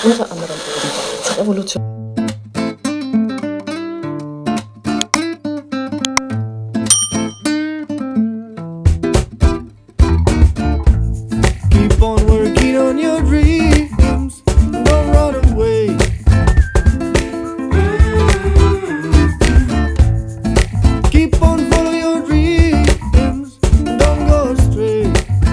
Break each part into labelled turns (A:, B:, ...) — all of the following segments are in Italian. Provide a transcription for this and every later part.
A: unter anderem ebenfalls Revolution.
B: Keep on working on your dreams, don't run away. Keep on following your dreams, don't go astray.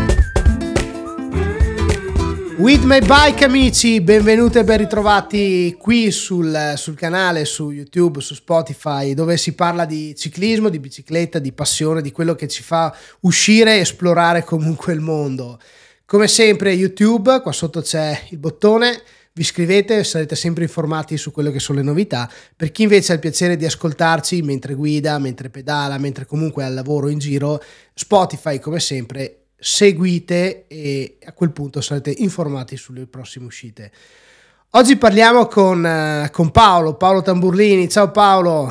C: With My Bike, amici, benvenuti e ben ritrovati qui sul canale, su YouTube, su Spotify, dove si parla di ciclismo, di bicicletta, di passione, di quello che ci fa uscire e esplorare comunque il mondo. Come sempre YouTube, qua sotto c'è il bottone, vi iscrivete e sarete sempre informati su quello che sono le novità. Per chi invece ha il piacere di ascoltarci mentre guida, mentre pedala, mentre comunque è al lavoro in giro, Spotify come sempre, seguite e a quel punto sarete informati sulle prossime uscite. Oggi parliamo con Paolo Tamburlini. Ciao Paolo,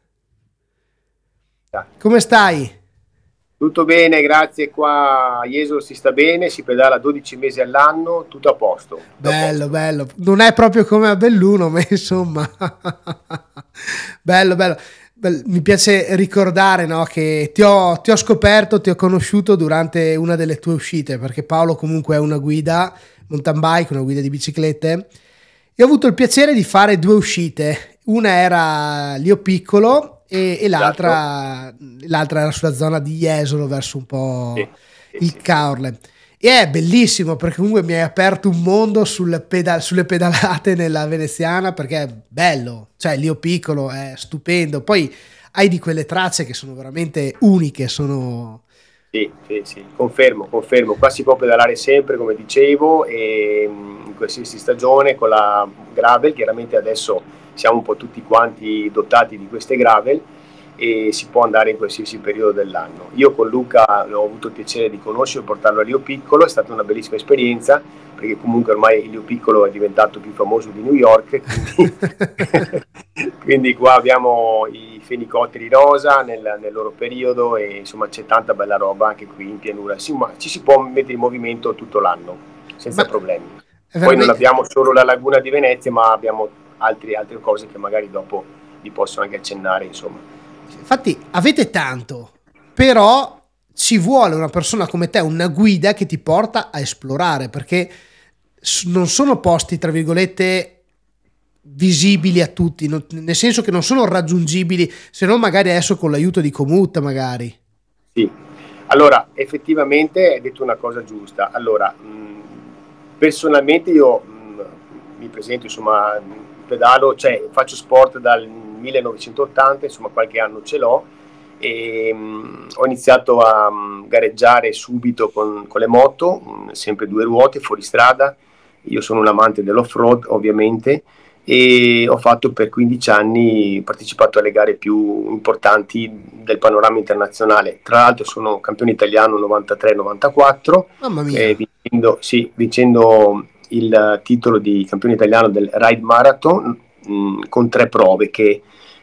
C: come stai?
D: Tutto bene, grazie. Qua a Jesolo si sta bene, si pedala 12 mesi all'anno, tutto a posto.
C: Bello, bello. Non è proprio come a Belluno, ma insomma. Bello. Mi piace ricordare, no, che ti ho scoperto, ti ho conosciuto durante una delle tue uscite, perché Paolo comunque è una guida mountain bike, una guida di biciclette. E ho avuto il piacere di fare due uscite. Una era Lio Piccolo e l'altra era sulla zona di Jesolo, verso un po' il Caorle. E è bellissimo perché comunque mi hai aperto un mondo sulle pedalate nella veneziana, perché è bello, cioè Lio Piccolo è stupendo, poi hai di quelle tracce che sono veramente uniche, sono...
D: Sì, confermo, qua si può pedalare sempre, come dicevo, e in qualsiasi stagione con la gravel. Chiaramente adesso siamo un po' tutti quanti dotati di queste gravel e si può andare in qualsiasi periodo dell'anno. Io con Luca ho avuto il piacere di conoscerlo e portarlo a Lio Piccolo, è stata una bellissima esperienza, perché comunque ormai Lio Piccolo è diventato più famoso di New York, quindi qua abbiamo i fenicotteri rosa nel loro periodo e insomma c'è tanta bella roba anche qui in pianura. Ci si può mettere in movimento tutto l'anno senza problemi. Poi non abbiamo solo la laguna di Venezia, ma abbiamo altre cose che magari dopo vi posso anche accennare, insomma.
C: Infatti avete tanto, però ci vuole una persona come te, una guida che ti porta a esplorare, perché non sono posti tra virgolette visibili a tutti, nel senso che non sono raggiungibili, se non magari adesso con l'aiuto di Komoot magari.
D: Sì, allora effettivamente hai detto una cosa giusta. Allora personalmente io mi presento, insomma, pedalo, cioè faccio sport dal 1980, insomma qualche anno ce l'ho, e ho iniziato a gareggiare subito con le moto, sempre due ruote, fuori strada. Io sono un amante dell'off-road ovviamente, e ho fatto per 15 anni, partecipato alle gare più importanti del panorama internazionale. Tra l'altro sono campione italiano 93-94,
C: Mamma mia.
D: vincendo il titolo di campione italiano del Ride Marathon con 3 prove che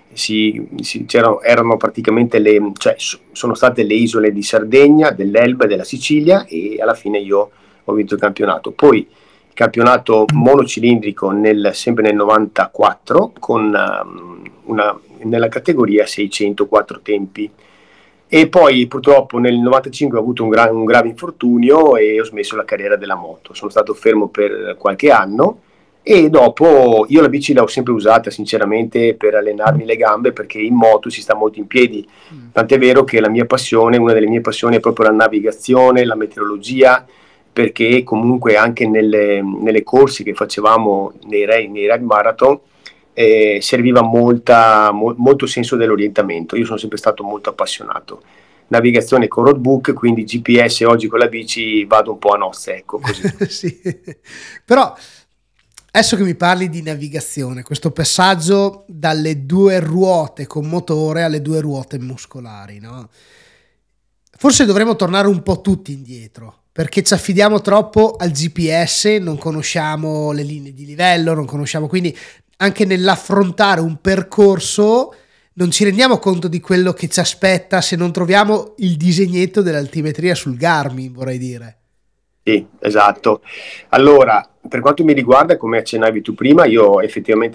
D: erano praticamente sono state le isole di Sardegna, dell'Elba e della Sicilia, e alla fine io ho vinto il campionato. Poi il campionato monocilindrico sempre nel 94 nella categoria 604 tempi, e poi purtroppo nel 95 ho avuto un grave infortunio e ho smesso la carriera della moto. Sono stato fermo per qualche anno e dopo io la bici l'ho sempre usata sinceramente per allenarmi le gambe, perché in moto si sta molto in piedi, tant'è vero che una delle mie passioni è proprio la navigazione, la meteorologia, perché comunque anche nelle corse che facevamo nei ride marathon serviva molto senso dell'orientamento. Io sono sempre stato molto appassionato. Navigazione con roadbook, quindi GPS. Oggi con la bici vado un po' a nozze, ecco, così.
C: Sì. Però adesso che mi parli di navigazione, questo passaggio dalle due ruote con motore alle due ruote muscolari, no? Forse dovremmo tornare un po' tutti indietro, perché ci affidiamo troppo al GPS, non conosciamo le linee di livello, non conosciamo, quindi anche nell'affrontare un percorso non ci rendiamo conto di quello che ci aspetta se non troviamo il disegnetto dell'altimetria sul Garmin, vorrei dire.
D: Sì, esatto. Allora, Per quanto mi riguarda, come accennavi tu prima, io effettivamente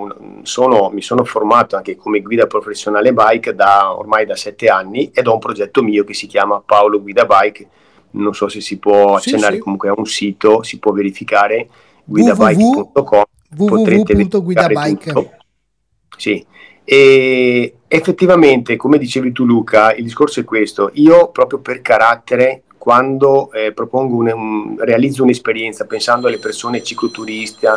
D: mi sono formato anche come guida professionale bike ormai da 7 anni, ed ho un progetto mio che si chiama Paolo Guida Bike. Non so se si può
C: Sì,
D: accennare,
C: sì.
D: comunque a un sito, si può verificare, guidabike.com, potrete verificare
C: www.guidabike.
D: tutto. Sì, e effettivamente, come dicevi tu Luca, il discorso è questo: io proprio per carattere, quando realizzo un'esperienza pensando alle persone cicloturiste,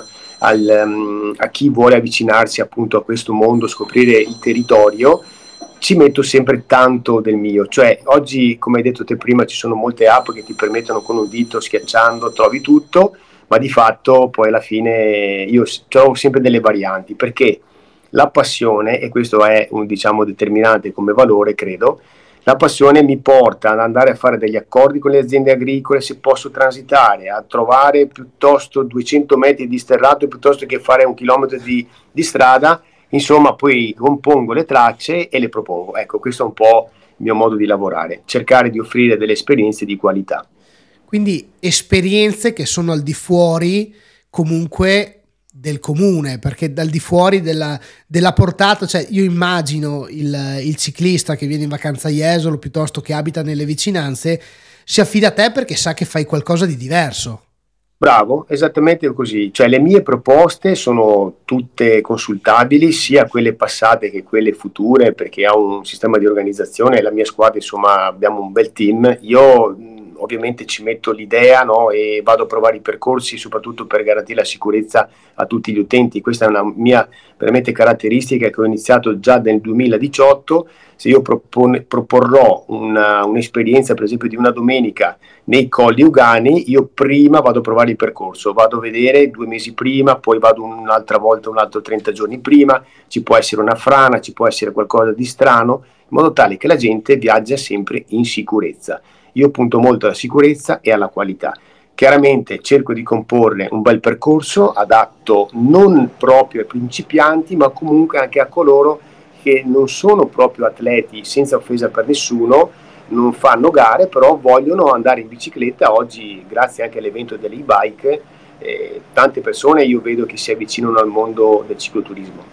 D: a chi vuole avvicinarsi appunto a questo mondo, scoprire il territorio, ci metto sempre tanto del mio. Cioè, oggi, come hai detto te prima, ci sono molte app che ti permettono con un dito, schiacciando, trovi tutto, ma di fatto poi alla fine io trovo sempre delle varianti, perché la passione, e questo è un, diciamo, determinante come valore, credo, la passione mi porta ad andare a fare degli accordi con le aziende agricole, se posso transitare, a trovare piuttosto 200 metri di sterrato piuttosto che fare 1 chilometro di strada. Insomma, poi compongo le tracce e le propongo. Ecco, questo è un po' il mio modo di lavorare, cercare di offrire delle esperienze di qualità.
C: Quindi esperienze che sono al di fuori comunque del comune, perché dal di fuori della portata, cioè io immagino il ciclista che viene in vacanza a Jesolo piuttosto che abita nelle vicinanze, si affida a te perché sa che fai qualcosa di diverso.
D: Bravo, esattamente così. Cioè, le mie proposte sono tutte consultabili, sia quelle passate che quelle future, perché ho un sistema di organizzazione, la mia squadra, insomma, abbiamo un bel team. Io ovviamente ci metto l'idea, no, e vado a provare i percorsi, soprattutto per garantire la sicurezza a tutti gli utenti. Questa è una mia veramente caratteristica che ho iniziato già nel 2018. Se io proporrò un'esperienza, per esempio, di una domenica nei Colli Ugani, io prima vado a provare il percorso, vado a vedere 2 mesi prima, poi vado un'altra volta, un altro 30 giorni prima, ci può essere una frana, ci può essere qualcosa di strano, in modo tale che la gente viaggia sempre in sicurezza. Io punto molto alla sicurezza e alla qualità. Chiaramente cerco di comporre un bel percorso adatto non proprio ai principianti, ma comunque anche a coloro che non sono proprio atleti, senza offesa per nessuno, non fanno gare, però vogliono andare in bicicletta. Oggi, grazie anche all'evento dell'e-bike, tante persone io vedo che si avvicinano al mondo del cicloturismo.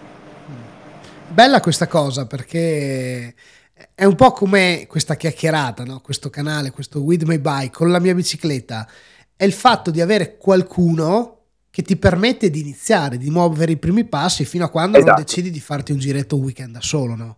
C: Bella questa cosa, perché è un po' come questa chiacchierata, no? Questo canale, questo With My Bike con la mia bicicletta, è il fatto di avere qualcuno che ti permette di iniziare, di muovere i primi passi fino a quando non
D: Esatto.
C: decidi di farti un giretto un weekend da solo, no?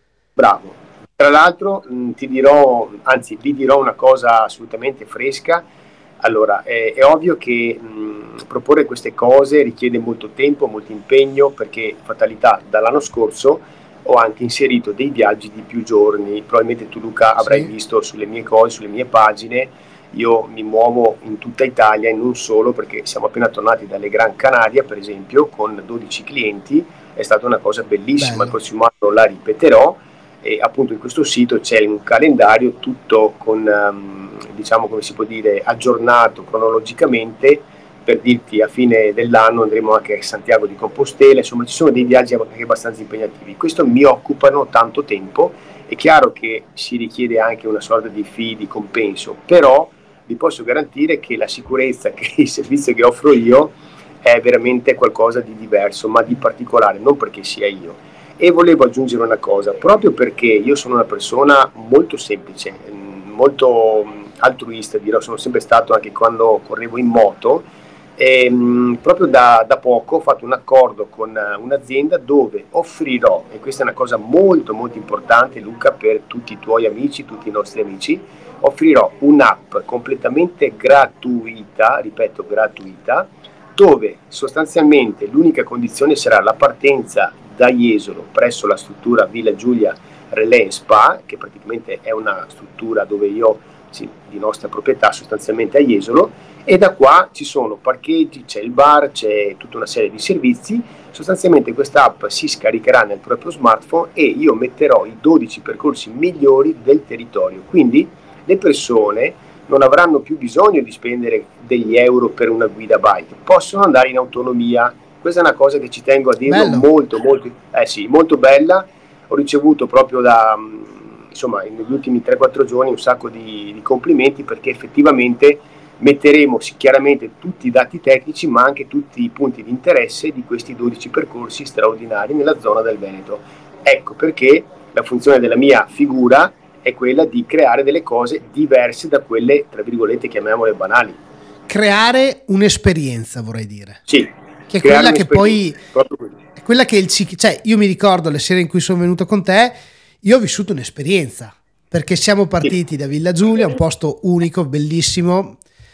D: Bravo. Tra l'altro ti dirò, anzi vi dirò una cosa assolutamente fresca. Allora, è ovvio che proporre queste cose richiede molto tempo, molto impegno, perché fatalità, dall'anno scorso ho anche inserito dei viaggi di più giorni. Probabilmente tu Luca avrai
C: Sì.
D: visto sulle mie cose, sulle mie pagine, io mi muovo in tutta Italia e non solo, perché siamo appena tornati dalle Gran Canaria, per esempio, con 12 clienti. È stata una cosa bellissima.
C: Bello.
D: Il prossimo anno la ripeterò, e appunto in questo sito c'è un calendario tutto con, diciamo, come si può dire, aggiornato cronologicamente. Per dirti, a fine dell'anno andremo anche a Santiago di Compostela. Insomma, ci sono dei viaggi anche abbastanza impegnativi. Questo mi occupano tanto tempo. È chiaro che si richiede anche una sorta di fee, di compenso, però vi posso garantire che la sicurezza, che il servizio che offro io è veramente qualcosa di diverso, ma di particolare, non perché sia io. E volevo aggiungere una cosa: proprio perché io sono una persona molto semplice, molto altruista, dirò, sono sempre stato anche quando correvo in moto, e proprio da poco ho fatto un accordo con un'azienda dove offrirò, e questa è una cosa molto molto importante Luca, per tutti i tuoi amici, tutti i nostri amici, offrirò un'app completamente gratuita, ripeto gratuita, dove sostanzialmente l'unica condizione sarà la partenza da Jesolo presso la struttura Villa Giulia Relais Spa, che praticamente è una struttura dove io, sì, di nostra proprietà sostanzialmente a Jesolo, e da qua ci sono parcheggi, c'è il bar, c'è tutta una serie di servizi. Sostanzialmente questa app si scaricherà nel proprio smartphone e io metterò i 12 percorsi migliori del territorio, quindi le persone non avranno più bisogno di spendere degli euro per una guida bike, possono andare in autonomia. Questa è una cosa che ci tengo a dirlo,
C: Bello.
D: molto molto, sì, molto bella. Ho ricevuto proprio insomma, negli ultimi 3-4 giorni un sacco di complimenti, perché effettivamente metteremo chiaramente tutti i dati tecnici, ma anche tutti i punti di interesse di questi 12 percorsi straordinari nella zona del Veneto. Ecco perché la funzione della mia figura è quella di creare delle cose diverse da quelle, tra virgolette, chiamiamole banali.
C: Creare un'esperienza, vorrei dire.
D: Sì.
C: Che è quella che poi è quella che cioè io mi ricordo le sere in cui sono venuto con te, io ho vissuto un'esperienza, perché siamo partiti da Villa Giulia, un posto unico, bellissimo.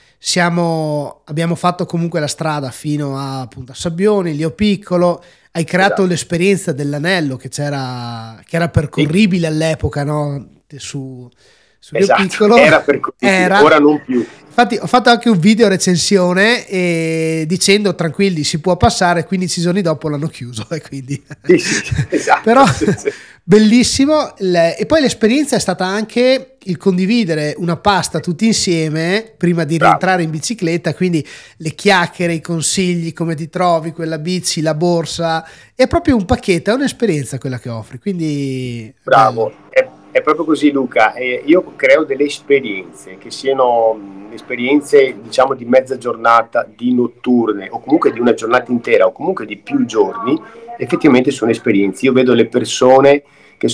C: Abbiamo fatto comunque la strada fino a Punta Sabbioni, Lio Piccolo. Hai creato l'esperienza dell'anello che era percorribile all'epoca, no? Su Lio Piccolo
D: era percorribile, ora non più.
C: Infatti ho fatto anche un video recensione dicendo tranquilli, si può passare, 15 giorni dopo l'hanno chiuso e quindi
D: esatto.
C: Però bellissimo. E poi l'esperienza è stata anche il condividere una pasta tutti insieme prima di rientrare in bicicletta, quindi le chiacchiere, i consigli, come ti trovi, quella bici, la borsa, è proprio un pacchetto, è un'esperienza quella che offri, quindi
D: bravo. È proprio così, Luca. Io creo delle esperienze che siano esperienze, diciamo, di mezza giornata, di notturne, o comunque di una giornata intera, o comunque di più giorni. Effettivamente sono esperienze. Io vedo le persone che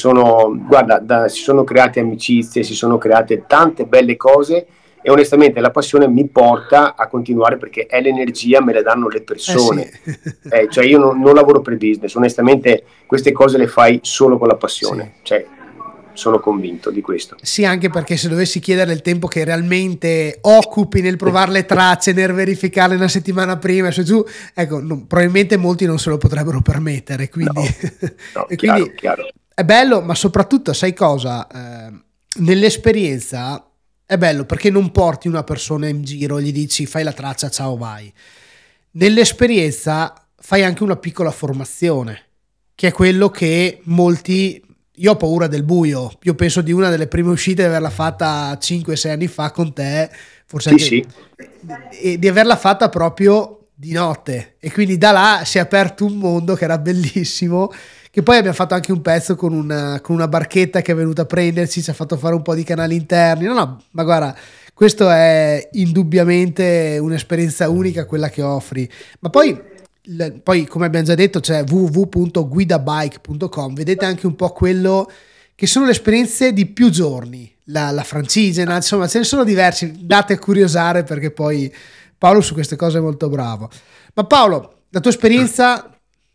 D: si sono create amicizie, si sono create tante belle cose, e onestamente la passione mi porta a continuare, perché è l'energia, me la danno le persone.
C: Sì.
D: Cioè io non lavoro per business, onestamente queste cose le fai solo con la passione.
C: Sì.
D: Cioè, sono convinto di questo.
C: Sì, anche perché se dovessi chiedere il tempo che realmente occupi nel provare le tracce, nel verificarle una settimana prima, su giù, ecco, probabilmente molti non se lo potrebbero permettere, quindi,
D: no,
C: e
D: chiaro,
C: quindi
D: chiaro.
C: È bello, ma soprattutto sai cosa? Nell'esperienza è bello perché non porti una persona in giro, gli dici fai la traccia, ciao, vai. Nell'esperienza fai anche una piccola formazione, che è quello che molti... Io ho paura del buio, io penso di una delle prime uscite di averla fatta 5-6 anni fa con te, forse anche,
D: sì.
C: E di averla fatta proprio di notte, e quindi da là si è aperto un mondo che era bellissimo, che poi abbiamo fatto anche un pezzo con una barchetta che è venuta a prenderci, ci ha fatto fare un po' di canali interni, no, ma guarda, questo è indubbiamente un'esperienza unica quella che offri, ma poi come abbiamo già detto c'è www.guidabike.com, vedete anche un po' quello che sono le esperienze di più giorni, la francigena, insomma ce ne sono diversi, date a curiosare perché poi Paolo su queste cose è molto bravo. Ma Paolo, la tua esperienza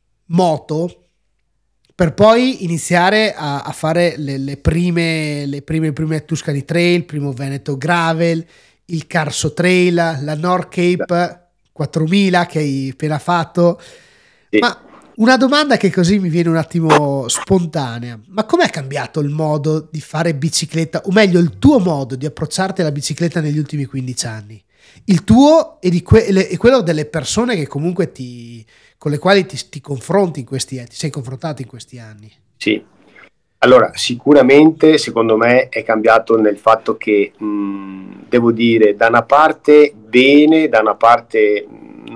C: moto per poi iniziare a fare le prime Tuscany Trail, il primo Veneto Gravel, il Carso Trail, la North Cape 4000 che hai appena fatto.
D: Sì.
C: Ma una domanda che così mi viene un attimo spontanea: ma com'è cambiato il modo di fare bicicletta, o meglio il tuo modo di approcciarti alla bicicletta negli ultimi 15 anni? Il tuo e quello delle persone che comunque con le quali ti confronti ti sei confrontato in questi anni.
D: Sì, allora sicuramente secondo me è cambiato nel fatto che devo dire, da una parte bene, da una parte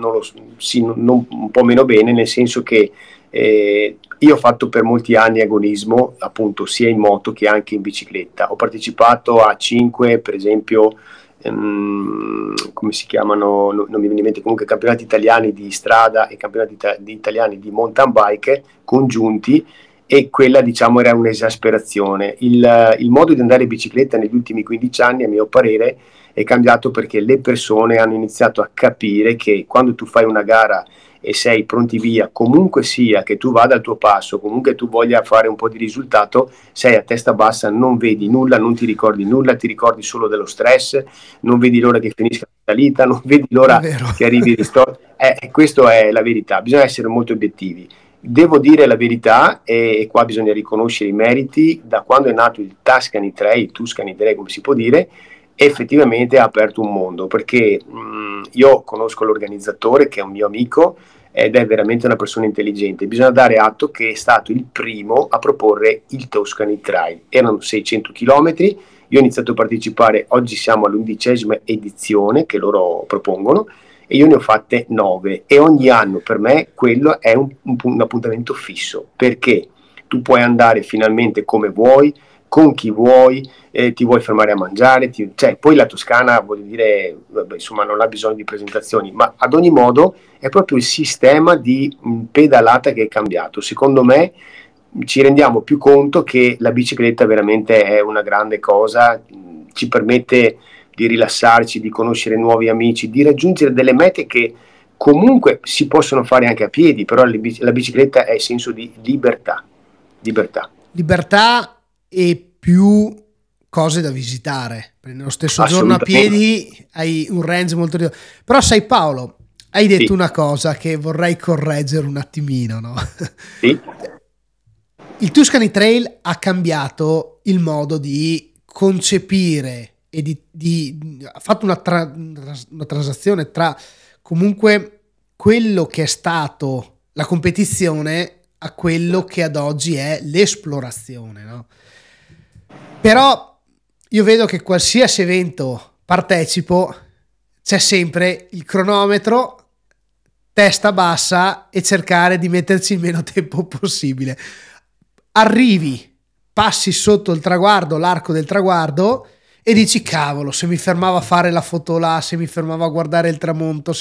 D: un po' meno bene, nel senso che io ho fatto per molti anni agonismo, appunto sia in moto che anche in bicicletta. Ho partecipato a 5, per esempio, come si chiamano, non mi viene in mente, comunque campionati italiani di strada e campionati italiani di mountain bike congiunti, e quella, diciamo, era un'esasperazione. Il modo di andare in bicicletta negli ultimi 15 anni, a mio parere, è cambiato perché le persone hanno iniziato a capire che quando tu fai una gara e sei pronti via, comunque sia che tu vada al tuo passo, comunque tu voglia fare un po' di risultato, sei a testa bassa, non vedi nulla, non ti ricordi nulla, ti ricordi solo dello stress, non vedi l'ora che finisca la salita, non vedi l'ora che arrivi di questa è la verità, bisogna essere molto obiettivi. Devo dire la verità, e qua bisogna riconoscere i meriti, da quando è nato il Tuscany Trail, come si può dire, effettivamente ha aperto un mondo, perché io conosco l'organizzatore, che è un mio amico ed è veramente una persona intelligente. Bisogna dare atto che è stato il primo a proporre il Tuscany Trail. Erano 600 chilometri, io ho iniziato a partecipare, oggi siamo all'11ª edizione che loro propongono, e io ne ho fatte 9, e ogni anno per me quello è un appuntamento fisso, perché tu puoi andare finalmente come vuoi, con chi vuoi, ti vuoi fermare a mangiare, cioè, poi la Toscana, voglio dire, vabbè, insomma, non ha bisogno di presentazioni, ma ad ogni modo è proprio il sistema di pedalata che è cambiato. Secondo me ci rendiamo più conto che la bicicletta veramente è una grande cosa, ci permette di rilassarci, di conoscere nuovi amici, di raggiungere delle mete che comunque si possono fare anche a piedi, però la bicicletta è il senso di libertà.
C: Libertà e più cose da visitare. Nello stesso giorno a piedi hai un range molto ridotto. Però sai Paolo, hai detto una cosa che vorrei correggere un attimino, no?
D: Sì.
C: Il Tuscany Trail ha cambiato il modo di concepire e ha fatto una transazione tra comunque quello che è stato la competizione a quello che ad oggi è l'esplorazione, no? Però io vedo che qualsiasi evento partecipo c'è sempre il cronometro, testa bassa e cercare di metterci il meno tempo possibile. Arrivi, passi sotto il traguardo, l'arco del traguardo, e dici cavolo, se mi fermavo a fare la foto là, se mi fermavo a guardare il tramonto,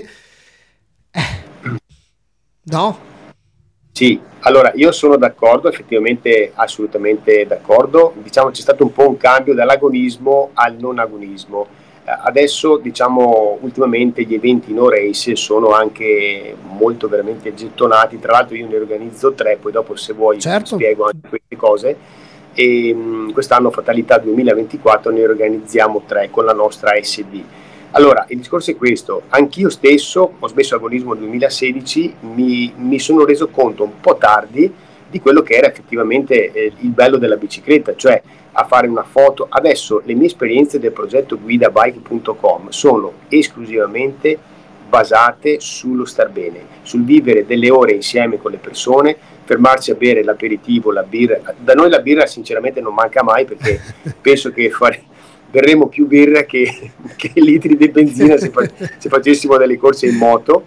C: no?
D: Sì, allora io sono d'accordo, effettivamente assolutamente d'accordo. Diciamo c'è stato un po' un cambio dall'agonismo al non agonismo. Adesso, diciamo, ultimamente gli eventi no race sono anche molto veramente gettonati. Tra l'altro io ne organizzo 3, poi dopo se vuoi spiego anche queste cose. E quest'anno, Fatalità 2024, ne organizziamo 3 con la nostra SD. Allora, il discorso è questo: anch'io stesso ho smesso agonismo nel 2016, mi sono reso conto un po' tardi di quello che era effettivamente il bello della bicicletta, cioè a fare una foto. Adesso le mie esperienze del progetto guidabike.com sono esclusivamente basate sullo star bene, sul vivere delle ore insieme con le persone, fermarci a bere l'aperitivo, la birra. Da noi la birra sinceramente non manca mai, perché penso che berremo più birra che litri di benzina se facessimo delle corse in moto,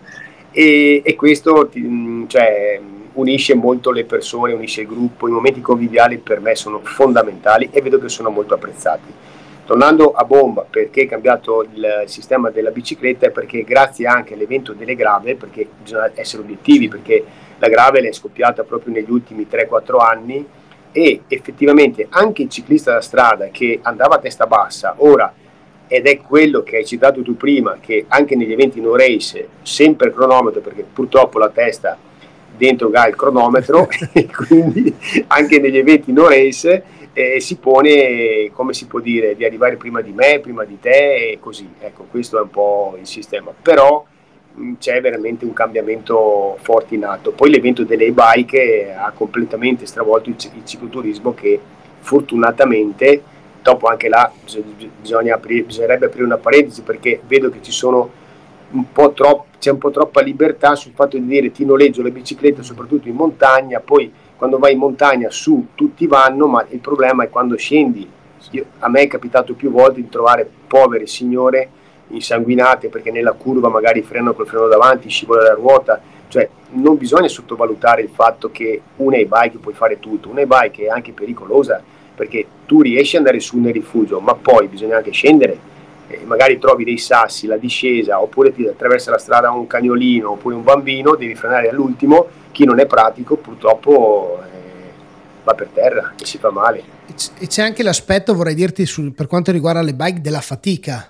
D: e questo cioè, unisce molto le persone, unisce il gruppo. I momenti conviviali per me sono fondamentali e vedo che sono molto apprezzati. Tornando a bomba, perché è cambiato il sistema della bicicletta? Perché grazie anche all'evento delle gravel, perché bisogna essere obiettivi, perché la gravel è scoppiata proprio negli ultimi 3-4 anni, e effettivamente anche il ciclista da strada che andava a testa bassa ora, ed è quello che hai citato tu prima, che anche negli eventi no race sempre cronometro, perché purtroppo la testa dentro ha il cronometro e quindi anche negli eventi no race si pone, come si può dire, di arrivare prima di me, prima di te, e così. Ecco, questo è un po' il sistema, però c'è veramente un cambiamento forte in atto. Poi l'evento delle e-bike ha completamente stravolto il cicloturismo, che fortunatamente, dopo anche là bisognerebbe aprire una parentesi, perché vedo che c'è un po' troppa libertà sul fatto di dire ti noleggio la bicicletta soprattutto in montagna. Poi quando vai in montagna su tutti vanno, ma il problema è quando scendi. A me è capitato più volte di trovare povere signore insanguinate perché nella curva magari frenano col freno davanti, scivola la ruota. Cioè non bisogna sottovalutare il fatto che una e-bike puoi fare tutto. Una e-bike è anche pericolosa, perché tu riesci ad andare su nel rifugio, ma poi bisogna anche scendere, magari trovi dei sassi, la discesa, oppure ti attraversa la strada un cagnolino oppure un bambino, devi frenare all'ultimo. Chi non è pratico purtroppo va per terra e si fa male.
C: E c'è anche l'aspetto, vorrei dirti, per quanto riguarda le bike, della fatica.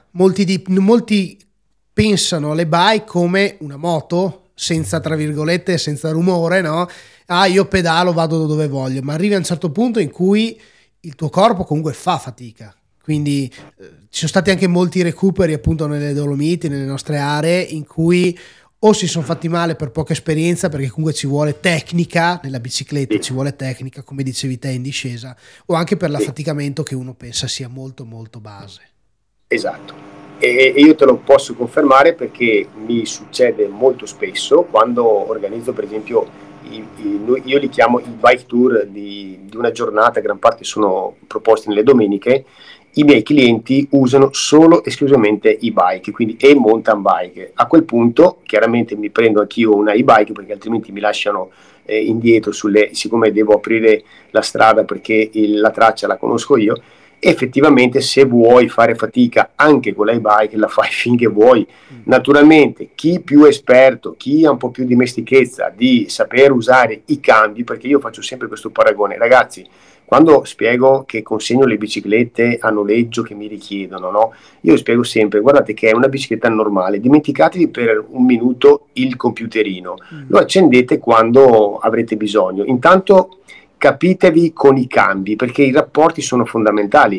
C: Molti pensano alle bike come una moto, senza, tra virgolette, senza rumore, no? Io pedalo, vado dove voglio, ma arrivi a un certo punto in cui il tuo corpo comunque fa fatica. Quindi ci sono stati anche molti recuperi appunto nelle Dolomiti, nelle nostre aree, in cui o si sono fatti male per poca esperienza, perché comunque ci vuole tecnica nella bicicletta, sì. Ci vuole tecnica, come dicevi te, in discesa, o anche per l'affaticamento che uno pensa sia molto molto base.
D: Esatto, e io te lo posso confermare perché mi succede molto spesso quando organizzo, per esempio, io li chiamo i bike tour di una giornata, gran parte sono proposti nelle domeniche, i miei clienti usano solo esclusivamente e-bike, quindi e-mountain bike. A quel punto chiaramente mi prendo anch'io una e-bike, perché altrimenti mi lasciano indietro, siccome devo aprire la strada perché la traccia la conosco io. Effettivamente, se vuoi fare fatica anche con l'e-bike, la fai finché vuoi. Naturalmente chi più esperto, chi ha un po' più dimestichezza di saper usare i cambi, perché io faccio sempre questo paragone, ragazzi, quando spiego che consegno le biciclette a noleggio che mi richiedono, no? Io spiego sempre: guardate che è una bicicletta normale, dimenticatevi per un minuto il computerino, lo accendete quando avrete bisogno, intanto capitevi con i cambi, perché i rapporti sono fondamentali.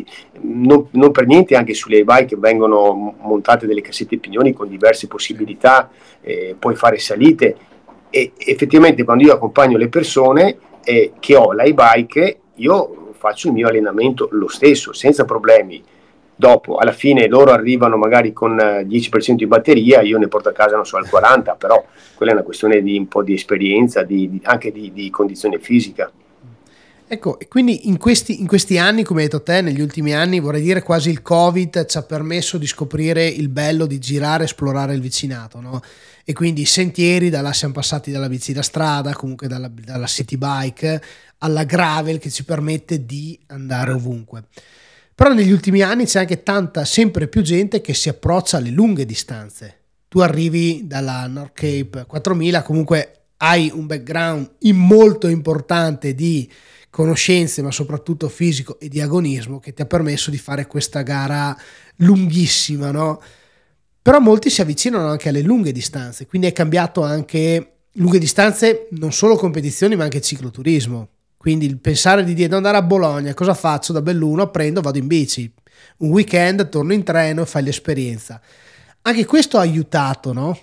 D: Non per niente anche sulle e-bike vengono montate delle cassette pignoni con diverse possibilità, puoi fare salite, e effettivamente quando io accompagno le persone che ho la e-bike, io faccio il mio allenamento lo stesso, senza problemi. Dopo, alla fine, loro arrivano magari con 10% di batteria, io ne porto a casa, non so, al 40%, però quella è una questione di un po' di esperienza, anche di condizione fisica.
C: Ecco, e quindi in questi anni, come hai detto te, negli ultimi anni, vorrei dire quasi il Covid ci ha permesso di scoprire il bello di girare, esplorare il vicinato, no? E quindi i sentieri, da là siamo passati dalla bici da strada, comunque dalla city bike, alla gravel, che ci permette di andare ovunque. Però negli ultimi anni c'è anche sempre più gente che si approccia alle lunghe distanze. Tu arrivi dalla North Cape 4000, comunque hai un background molto importante di conoscenze, ma soprattutto fisico e di agonismo, che ti ha permesso di fare questa gara lunghissima, no? Però molti si avvicinano anche alle lunghe distanze, quindi è cambiato anche lunghe distanze, non solo competizioni ma anche cicloturismo. Quindi il pensare di dire: devo andare a Bologna, cosa faccio? Da Belluno prendo, vado in bici, un weekend torno in treno e fai l'esperienza. Anche questo ha aiutato, no?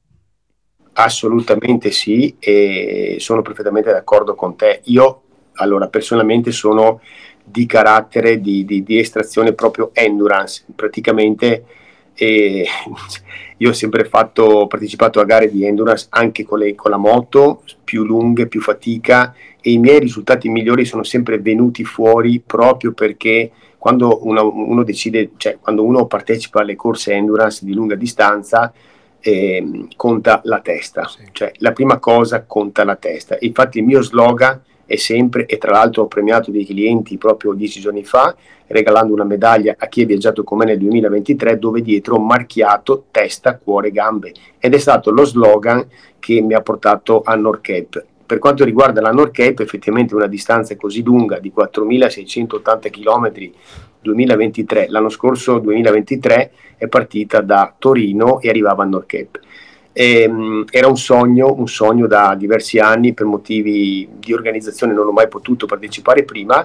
D: Assolutamente sì, e sono perfettamente d'accordo con te. Io, allora, personalmente sono di carattere di estrazione proprio endurance, praticamente. Io ho sempre partecipato a gare di endurance anche con la moto, più lunghe, più fatica, e i miei risultati migliori sono sempre venuti fuori proprio perché quando uno decide, cioè quando uno partecipa alle corse endurance di lunga distanza, conta la testa,
C: Sì.
D: Cioè la prima cosa conta la testa. Infatti il mio slogan è sempre, e tra l'altro ho premiato dei clienti proprio 10 giorni fa regalando una medaglia a chi è viaggiato con me nel 2023, dove dietro ho marchiato testa, cuore, gambe, ed è stato lo slogan che mi ha portato a North Cape. Per quanto riguarda la North Cape, effettivamente una distanza così lunga di 4.680 km 2023, l'anno scorso 2023 è partita da Torino e arrivava a North Cape. Era un sogno da diversi anni, per motivi di organizzazione non ho mai potuto partecipare prima,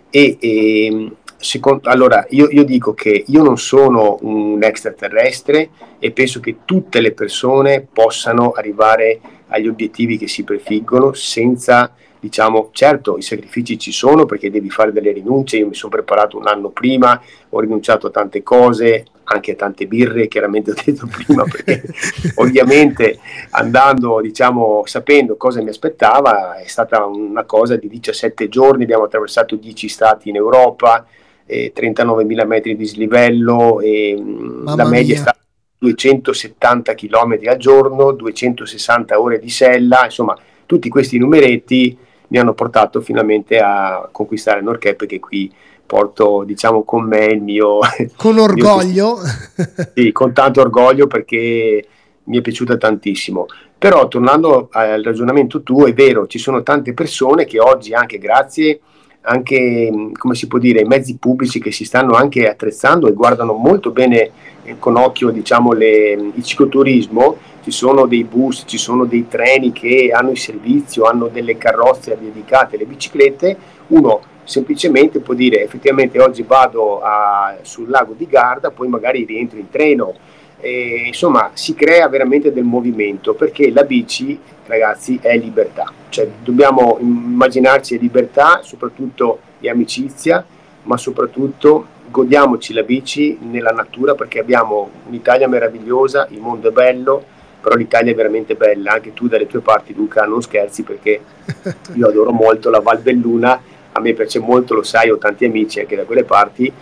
D: allora io dico che io non sono un extraterrestre e penso che tutte le persone possano arrivare agli obiettivi che si prefiggono senza, diciamo, certo i sacrifici ci sono perché devi fare delle rinunce. Io mi sono preparato un anno prima, ho rinunciato a tante cose, anche a tante birre, chiaramente ho detto prima, perché ovviamente andando, diciamo, sapendo cosa mi aspettava, è stata una cosa di 17 giorni, abbiamo attraversato 10 stati in Europa, 39.000 metri di dislivello, e la media è stata 270 km al giorno, 260 ore di sella, insomma tutti questi numeretti mi hanno portato finalmente a conquistare North Cape, che qui porto, diciamo, con me il mio...
C: Con orgoglio?
D: Sì, con tanto orgoglio, perché mi è piaciuta tantissimo. Però tornando al ragionamento tuo, è vero, ci sono tante persone che oggi, anche grazie, anche, come si può dire, ai mezzi pubblici che si stanno anche attrezzando e guardano molto bene con occhio, diciamo, il cicloturismo. Ci sono dei bus, ci sono dei treni che hanno il servizio, hanno delle carrozze dedicate alle biciclette. Uno semplicemente può dire: effettivamente oggi vado sul lago di Garda, poi magari rientro in treno. Insomma, si crea veramente del movimento, perché la bici, ragazzi, è libertà. Cioè dobbiamo immaginarci libertà, soprattutto di amicizia, ma soprattutto godiamoci la bici nella natura, perché abbiamo un'Italia meravigliosa, il mondo è bello, però l'Italia è veramente bella. Anche tu dalle tue parti, Luca, non scherzi, perché io adoro molto la Val Belluna, a me piace molto, lo sai, ho tanti amici anche da quelle parti,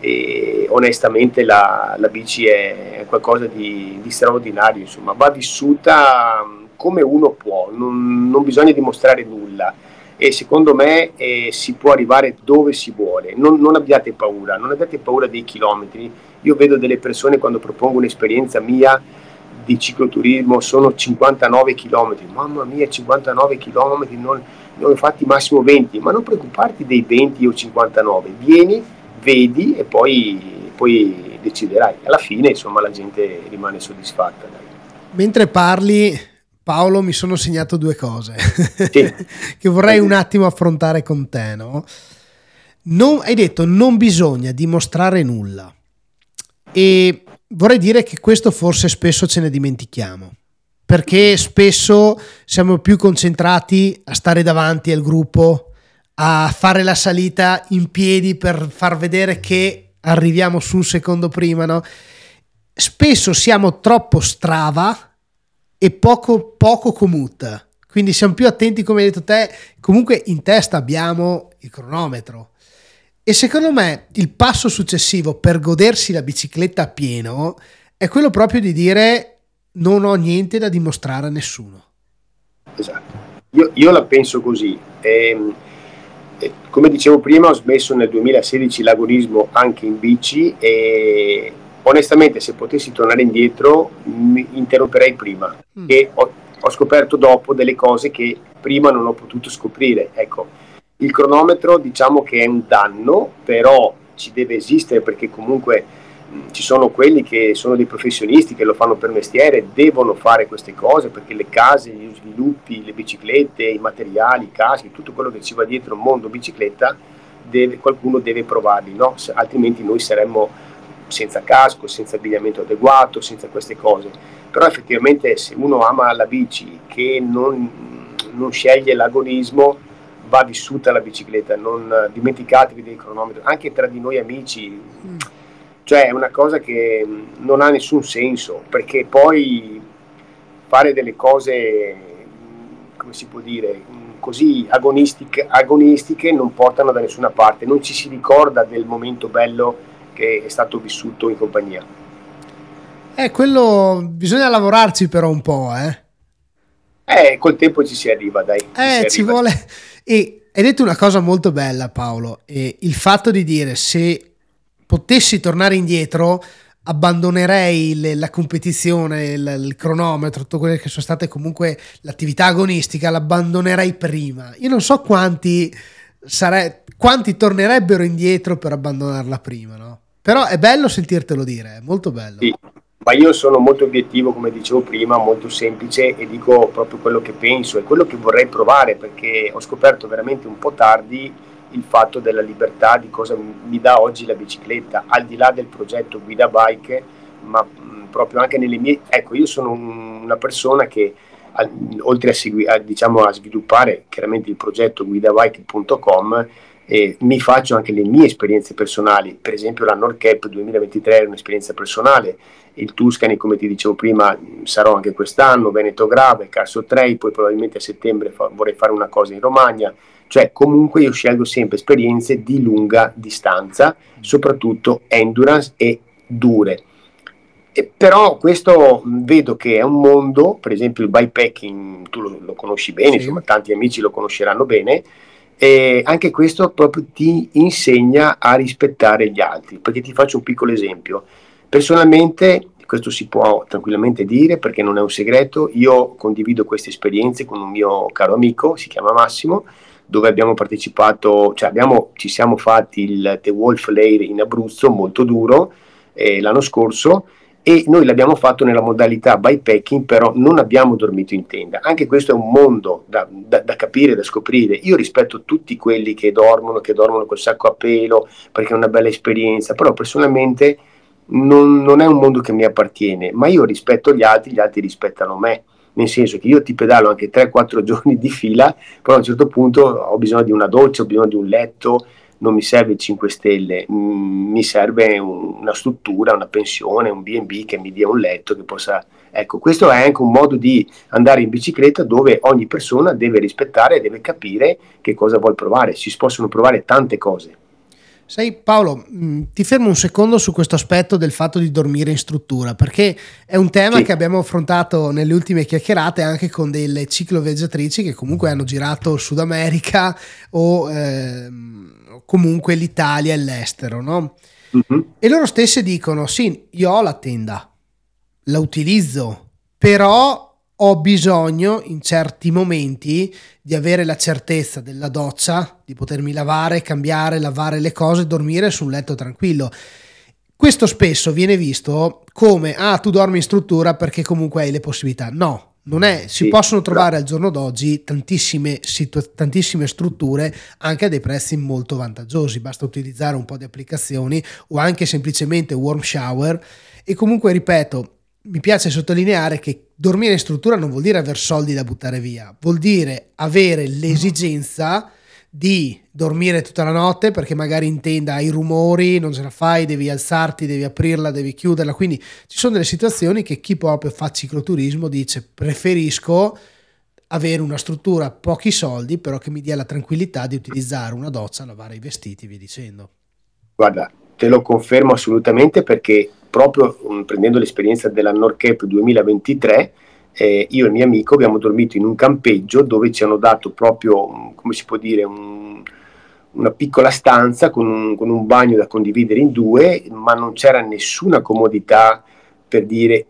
D: e onestamente la bici è qualcosa di straordinario, insomma, va vissuta come uno può, non bisogna dimostrare nulla e secondo me si può arrivare dove si vuole, non abbiate paura dei chilometri. Io vedo delle persone quando propongo un'esperienza mia di cicloturismo, sono 59 km, mamma mia 59 km, non ho fatti massimo 20, ma non preoccuparti dei 20 o 59, vieni, vedi e poi deciderai. Alla fine insomma la gente rimane soddisfatta. Dai.
C: Mentre parli, Paolo, mi sono segnato due cose
D: Sì.
C: che vorrei un attimo affrontare con te, no? Hai detto non bisogna dimostrare nulla e vorrei dire che questo forse spesso ce ne dimentichiamo, perché spesso siamo più concentrati a stare davanti al gruppo, a fare la salita in piedi per far vedere che arriviamo su un secondo prima, no? Spesso siamo troppo Strava e poco Komoot, quindi siamo più attenti, come hai detto te, comunque in testa abbiamo il cronometro. E secondo me il passo successivo per godersi la bicicletta a pieno è quello proprio di dire non ho niente da dimostrare a nessuno.
D: Esatto, io la penso così. Come dicevo prima, ho smesso nel 2016 l'agonismo anche in bici e onestamente se potessi tornare indietro mi interromperei prima e ho scoperto dopo delle cose che prima non ho potuto scoprire. Ecco, il cronometro diciamo che è un danno, però ci deve esistere perché comunque ci sono quelli che sono dei professionisti che lo fanno per mestiere, devono fare queste cose perché le case, gli sviluppi, le biciclette, i materiali, i caschi, tutto quello che ci va dietro il mondo bicicletta, qualcuno deve provarli, no? Altrimenti noi saremmo senza casco, senza abbigliamento adeguato, senza queste cose. Però effettivamente se uno ama la bici, che non sceglie l'agonismo, va vissuta la bicicletta, non dimenticatevi del cronometro, anche tra di noi amici, cioè è una cosa che non ha nessun senso, perché poi fare delle cose, come si può dire, così agonistiche non portano da nessuna parte, non ci si ricorda del momento bello che è stato vissuto in compagnia.
C: Quello bisogna lavorarci però un po',
D: Col tempo ci si arriva, dai.
C: Ci vuole. E hai detto una cosa molto bella, Paolo, e il fatto di dire se potessi tornare indietro abbandonerei la competizione, il cronometro, tutto quello che sono state comunque l'attività agonistica, l'abbandonerei prima. Io non so quanti tornerebbero indietro per abbandonarla prima, no? Però è bello sentirtelo dire, è molto bello.
D: Sì. Ma io sono molto obiettivo, come dicevo prima, molto semplice e dico proprio quello che penso e quello che vorrei provare, perché ho scoperto veramente un po' tardi il fatto della libertà, di cosa mi dà oggi la bicicletta, al di là del progetto Guida Bike, ma proprio anche nelle mie... Ecco, io sono una persona che oltre a sviluppare chiaramente il progetto guidabike.com, mi faccio anche le mie esperienze personali. Per esempio la Nordcap 2023 è un'esperienza personale, il Tuscany, come ti dicevo prima, sarò anche quest'anno, Veneto Grave, Carso Trail, poi probabilmente a settembre vorrei fare una cosa in Romagna. Cioè comunque io scelgo sempre esperienze di lunga distanza, soprattutto endurance e dure. Però questo vedo che è un mondo, per esempio il bikepacking, tu lo conosci bene, sì. Insomma tanti amici lo conosceranno bene, e anche questo proprio ti insegna a rispettare gli altri, perché ti faccio un piccolo esempio. Personalmente, questo si può tranquillamente dire perché non è un segreto, io condivido queste esperienze con un mio caro amico, si chiama Massimo, dove abbiamo partecipato, cioè ci siamo fatti il The Wolf Lair in Abruzzo, molto duro, l'anno scorso, e noi l'abbiamo fatto nella modalità bikepacking, però non abbiamo dormito in tenda. Anche questo è un mondo da capire, da scoprire. Io rispetto tutti quelli che dormono col sacco a pelo perché è una bella esperienza, però personalmente non è un mondo che mi appartiene, ma io rispetto gli altri rispettano me, nel senso che io ti pedalo anche 3-4 giorni di fila, però a un certo punto ho bisogno di una doccia, ho bisogno di un letto, non mi serve il 5 stelle, mi serve una struttura, una pensione, un B&B che mi dia un letto che possa... Ecco, questo è anche un modo di andare in bicicletta dove ogni persona deve rispettare e deve capire che cosa vuol provare. Si possono provare tante cose.
C: Sai Paolo, ti fermo un secondo su questo aspetto del fatto di dormire in struttura, perché è un tema
D: Sì.
C: che abbiamo affrontato nelle ultime chiacchierate anche con delle cicloviaggiatrici che comunque hanno girato il Sud America o comunque l'Italia e l'estero, no?
D: Mhm.
C: E loro stesse dicono, sì, io ho la tenda, la utilizzo, però ho bisogno in certi momenti di avere la certezza della doccia, di potermi lavare, cambiare, lavare le cose, dormire su un letto tranquillo. Questo spesso viene visto come, tu dormi in struttura perché comunque hai le possibilità. No, non è, si
D: Sì,
C: possono trovare
D: no.
C: al giorno d'oggi tantissime strutture anche a dei prezzi molto vantaggiosi, basta utilizzare un po' di applicazioni o anche semplicemente warm shower. E comunque ripeto, mi piace sottolineare che dormire in struttura non vuol dire aver soldi da buttare via, vuol dire avere l'esigenza di dormire tutta la notte perché magari in tenda hai rumori, non ce la fai, devi alzarti, devi aprirla, devi chiuderla, quindi ci sono delle situazioni che chi proprio fa cicloturismo dice preferisco avere una struttura a pochi soldi però che mi dia la tranquillità di utilizzare una doccia, lavare i vestiti e via dicendo.
D: Guarda, te lo confermo assolutamente perché proprio prendendo l'esperienza della Nordcape 2023, io e il mio amico abbiamo dormito in un campeggio dove ci hanno dato proprio, come si può dire, una piccola stanza con un bagno da condividere in due, ma non c'era nessuna comodità per dire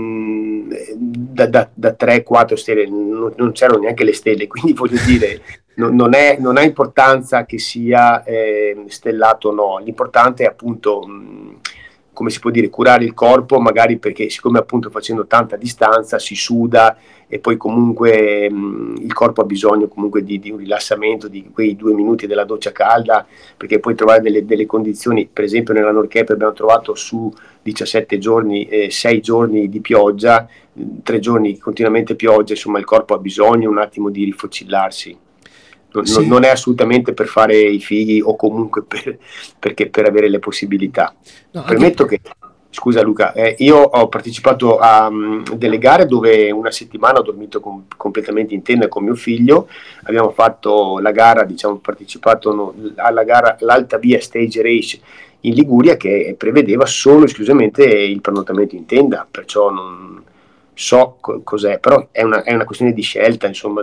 D: da 3-4 stelle, non c'erano neanche le stelle, quindi voglio dire non ha importanza che sia stellato o no, l'importante è appunto come si può dire, curare il corpo, magari perché siccome appunto facendo tanta distanza si suda e poi comunque il corpo ha bisogno comunque di un rilassamento, di quei 2 minuti della doccia calda, perché poi trovare delle condizioni, per esempio nella Nordcape abbiamo trovato su 17 giorni, 6 giorni di pioggia, 3 giorni continuamente pioggia, insomma il corpo ha bisogno un attimo di rifocillarsi.
C: Sì.
D: Non è assolutamente per fare i fighi o comunque perché per avere le possibilità.
C: No,
D: Premetto che, scusa Luca, io ho partecipato a delle gare dove una settimana ho dormito completamente in tenda con mio figlio, abbiamo fatto la gara, diciamo, partecipato alla gara l'Alta Via Stage Race in Liguria che prevedeva solo esclusivamente il pernottamento in tenda, perciò non so cos'è, però è una questione di scelta, insomma,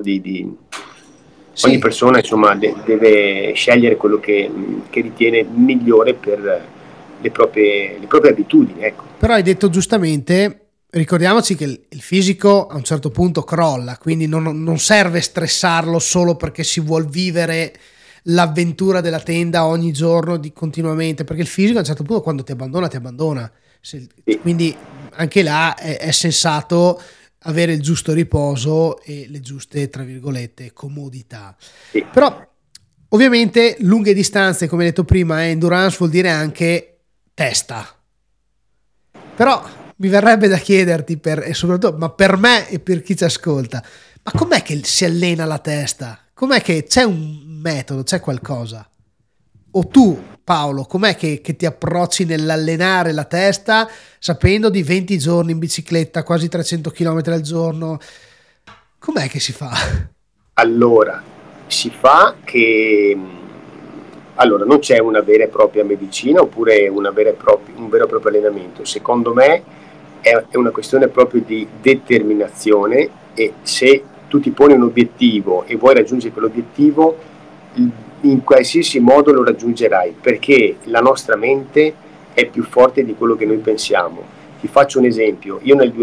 C: Sì.
D: ogni persona insomma deve scegliere quello che ritiene migliore per le proprie abitudini, ecco.
C: Però hai detto giustamente, ricordiamoci che il fisico a un certo punto crolla, quindi non serve stressarlo solo perché si vuol vivere l'avventura della tenda ogni giorno continuamente, perché il fisico a un certo punto quando ti abbandona.
D: Sì.
C: Quindi anche là è sensato avere il giusto riposo e le giuste, tra virgolette, comodità.
D: Sì.
C: Però ovviamente lunghe distanze, come detto prima, endurance vuol dire anche testa. Però mi verrebbe da chiederti, e soprattutto, ma per me e per chi ci ascolta, ma com'è che si allena la testa? Com'è che c'è un metodo, c'è qualcosa? O tu, Paolo, com'è che ti approcci nell'allenare la testa sapendo di 20 giorni in bicicletta, quasi 300 km al giorno? Com'è che si fa?
D: Allora, si fa che non c'è una vera e propria medicina oppure un vero e proprio allenamento. Secondo me è una questione proprio di determinazione e se tu ti poni un obiettivo e vuoi raggiungere quell'obiettivo, in qualsiasi modo lo raggiungerai, perché la nostra mente è più forte di quello che noi pensiamo. Ti faccio un esempio: io nel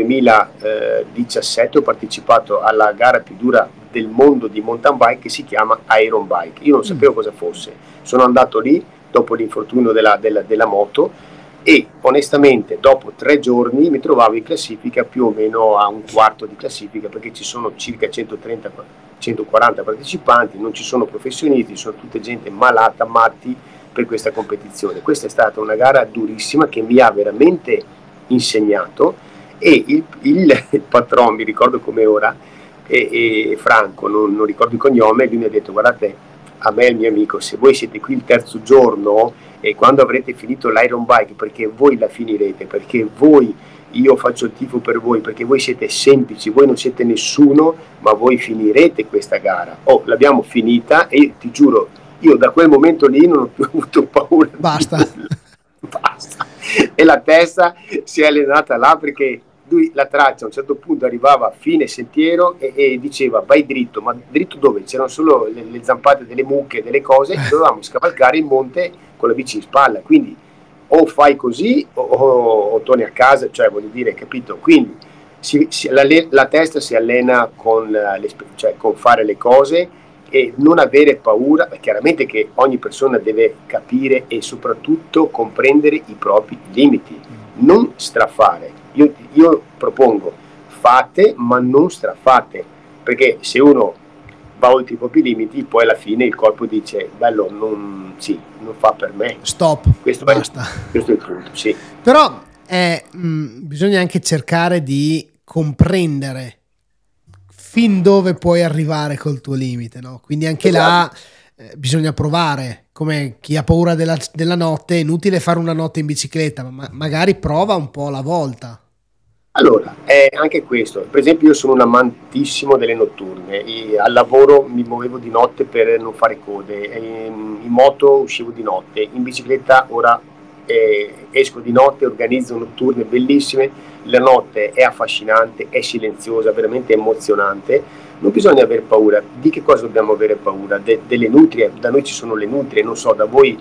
D: 2017 ho partecipato alla gara più dura del mondo di mountain bike che si chiama Iron Bike. Io non sapevo cosa fosse, sono andato lì dopo l'infortunio della moto e onestamente dopo 3 giorni mi trovavo in classifica più o meno a un quarto di classifica, perché ci sono circa 130-140 partecipanti, non ci sono professionisti, sono tutte gente malata, matti per questa competizione. Questa è stata una gara durissima che mi ha veramente insegnato e il patron, mi ricordo come ora, e Franco, non ricordo il cognome, lui mi ha detto: guardate, a me e il mio amico, se voi siete qui il terzo giorno e quando avrete finito l'Iron Bike, perché voi la finirete, perché io faccio il tifo per voi, perché voi siete semplici, voi non siete nessuno, ma voi finirete questa gara. L'abbiamo finita e io ti giuro, Io da quel momento lì non ho più avuto paura di
C: Basta.
D: nulla. Basta. E la testa si è allenata là, perché lui la traccia a un certo punto arrivava a fine sentiero e diceva vai dritto, ma dritto dove? C'erano solo le zampate delle mucche, delle cose, e dovevamo scavalcare il monte con la bici in spalla, quindi o fai così o torni a casa, cioè voglio dire, capito? Quindi la testa si allena cioè con fare le cose e non avere paura. Chiaramente che ogni persona deve capire e soprattutto comprendere i propri limiti, non strafare. Io propongo fate ma non strafate, perché se uno va oltre i propri limiti poi alla fine il corpo dice bello, non fa per me,
C: Stop,
D: questo
C: basta.
D: Questo è il punto, sì.
C: Però bisogna anche cercare di comprendere fin dove puoi arrivare col tuo limite, no? Quindi anche là bisogna provare. Come chi ha paura della notte, è inutile fare una notte in bicicletta, ma magari prova un po' alla volta.
D: Allora, anche questo, per esempio io sono un amantissimo delle notturne, al lavoro mi muovevo di notte per non fare code, in moto uscivo di notte, in bicicletta ora esco di notte, organizzo notturne bellissime, la notte è affascinante, è silenziosa, veramente emozionante, non bisogna avere paura. Di che cosa dobbiamo avere paura? Delle nutrie, da noi ci sono le nutrie, non so, da voi...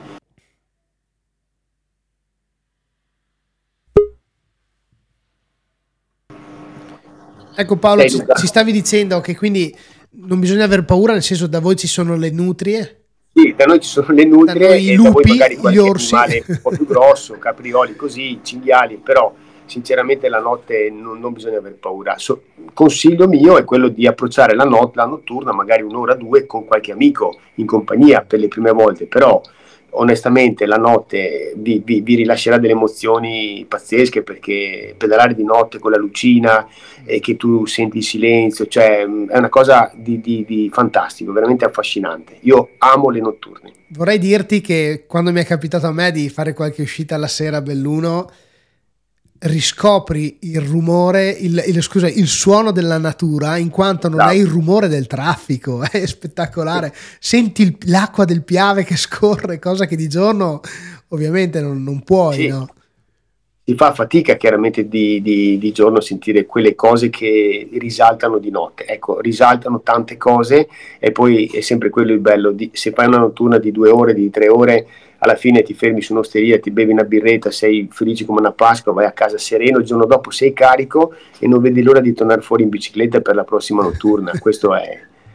C: Ecco Paolo, ci stavi dicendo che quindi non bisogna aver paura, nel senso da voi ci sono le nutrie?
D: Sì, da noi ci sono le nutrie
C: i
D: e
C: lupi,
D: da voi magari qualche
C: gli orsi.
D: animale un po' più grosso, caprioli così, cinghiali, però sinceramente la notte non bisogna aver paura. Consiglio mio è quello di approcciare la notturna, magari un'ora o due con qualche amico in compagnia per le prime volte, però onestamente la notte vi rilascerà delle emozioni pazzesche, perché pedalare di notte con la lucina e che tu senti il silenzio, cioè è una cosa di fantastico, veramente affascinante. Io amo le notturne.
C: Vorrei dirti che quando mi è capitato a me di fare qualche uscita alla sera a Belluno, riscopri il rumore, il suono della natura, in quanto non hai il rumore del traffico. È spettacolare. Senti l'acqua del Piave che scorre, cosa che di giorno ovviamente non puoi, sì. No?
D: Si fa fatica chiaramente di giorno a sentire quelle cose che risaltano di notte. Ecco, risaltano tante cose e poi è sempre quello il bello. Se fai una notturna di 2 ore, di 3 ore, alla fine ti fermi su un'osteria, ti bevi una birretta, sei felice come una Pasqua, vai a casa sereno, il giorno dopo sei carico e non vedi l'ora di tornare fuori in bicicletta per la prossima notturna. Questo è...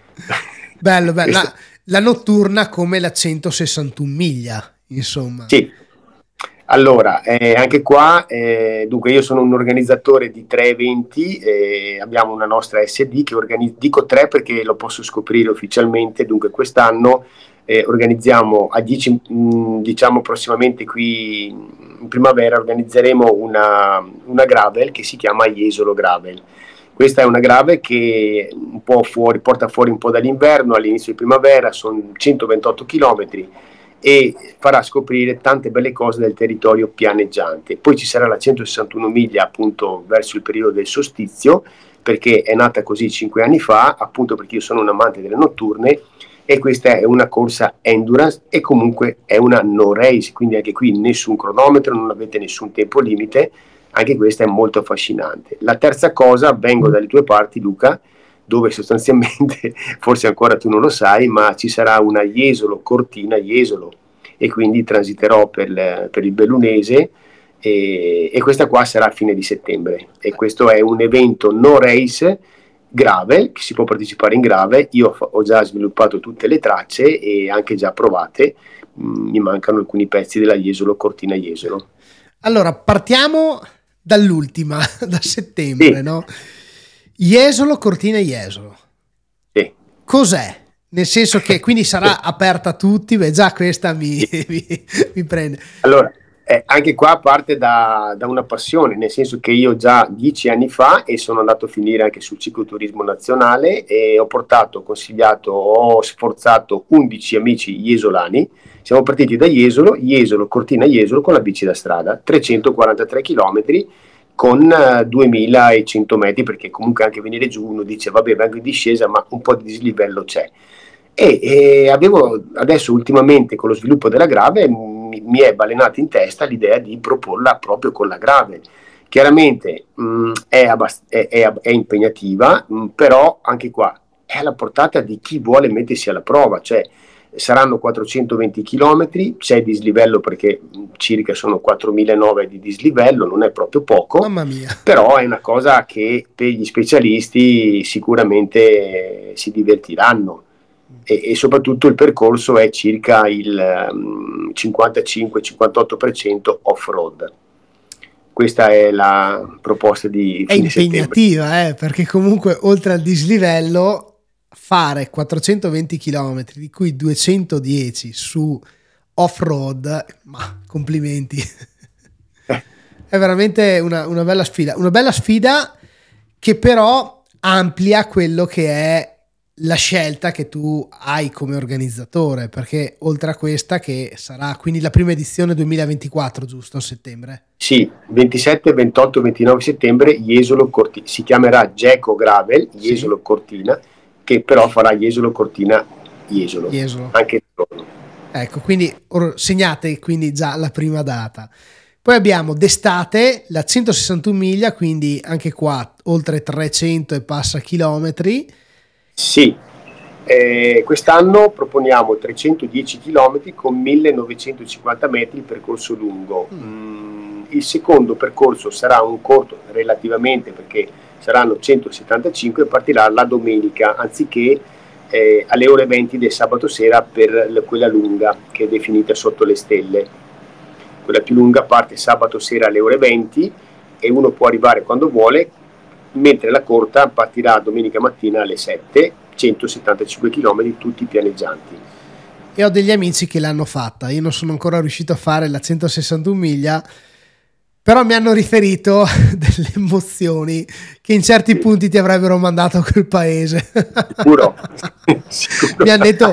C: Bello. La notturna come la 161 miglia, insomma.
D: Sì. Allora, anche qua, dunque io sono un organizzatore di 3 eventi, abbiamo una nostra SD che dico 3 perché lo posso scoprire ufficialmente, dunque quest'anno organizziamo a 10, diciamo prossimamente qui in primavera organizzeremo una gravel che si chiama Jesolo Gravel. Questa è una gravel che porta fuori un po' dall'inverno, all'inizio di primavera, sono 128 chilometri e farà scoprire tante belle cose del territorio pianeggiante. Poi ci sarà la 161 miglia appunto verso il periodo del solstizio, perché è nata così 5 anni fa, appunto perché io sono un amante delle notturne e questa è una corsa endurance e comunque è una no race, quindi anche qui nessun cronometro, non avete nessun tempo limite, anche questa è molto affascinante. La terza cosa, vengo dalle tue parti Luca, dove sostanzialmente, forse ancora tu non lo sai, ma ci sarà una Jesolo Cortina Jesolo e quindi transiterò per il Bellunese e questa qua sarà a fine di settembre e questo è un evento no race gravel, che si può partecipare in gravel. Io ho già sviluppato tutte le tracce e anche già provate, mi mancano alcuni pezzi della Jesolo Cortina Jesolo.
C: Allora partiamo dall'ultima, da settembre,
D: sì.
C: No? Jesolo Cortina Jesolo.
D: Sì.
C: Cos'è? Nel senso che quindi sarà aperta a tutti, beh già questa mi prende.
D: Allora, anche qua parte da una passione, nel senso che io già 10 anni fa e sono andato a finire anche sul cicloturismo nazionale e ho sforzato 11 amici jesolani. Siamo partiti da Jesolo, Cortina Jesolo con la bici da strada, 343 chilometri con 2100 metri, perché comunque anche venire giù uno dice vabbè vengo in discesa ma un po' di dislivello c'è e avevo adesso ultimamente con lo sviluppo della gravel mi è balenata in testa l'idea di proporla proprio con la gravel. Chiaramente è impegnativa, però anche qua è alla portata di chi vuole mettersi alla prova, cioè saranno 420 km, c'è dislivello perché circa sono 4.900 di dislivello, non è proprio poco,
C: Mamma mia.
D: però è una cosa che per gli specialisti sicuramente si divertiranno. E soprattutto il percorso è circa il 55-58% off-road. Questa è la proposta di
C: È
D: fine
C: impegnativa, perché comunque oltre al dislivello fare 420 km, di cui 210 su off-road, ma complimenti. È veramente una bella sfida che però amplia quello che è la scelta che tu hai come organizzatore, perché oltre a questa, che sarà quindi la prima edizione 2024, giusto, a settembre?
D: Sì, 27, 28, 29 settembre Jesolo Cortina, si chiamerà Geco Gravel Jesolo Cortina, che però farà Jesolo Cortina Jesolo. Anche il giorno.
C: Ecco, quindi segnate quindi già la prima data. Poi abbiamo d'estate la 161 miglia, quindi anche qua oltre 300 e passa chilometri.
D: Sì, quest'anno proponiamo 310 km con 1950 metri percorso lungo. Il secondo percorso sarà un corto relativamente, perché saranno 175 e partirà la domenica anziché alle ore 20 del sabato sera per quella lunga che è definita sotto le stelle. Quella più lunga parte sabato sera alle ore 20 e uno può arrivare quando vuole, mentre la corta partirà domenica mattina alle 7, 175 km tutti pianeggianti.
C: E ho degli amici che l'hanno fatta, io non sono ancora riuscito a fare la 161 miglia, però mi hanno riferito delle emozioni che in certi punti ti avrebbero mandato a quel paese.
D: Sicuro.
C: Mi hanno detto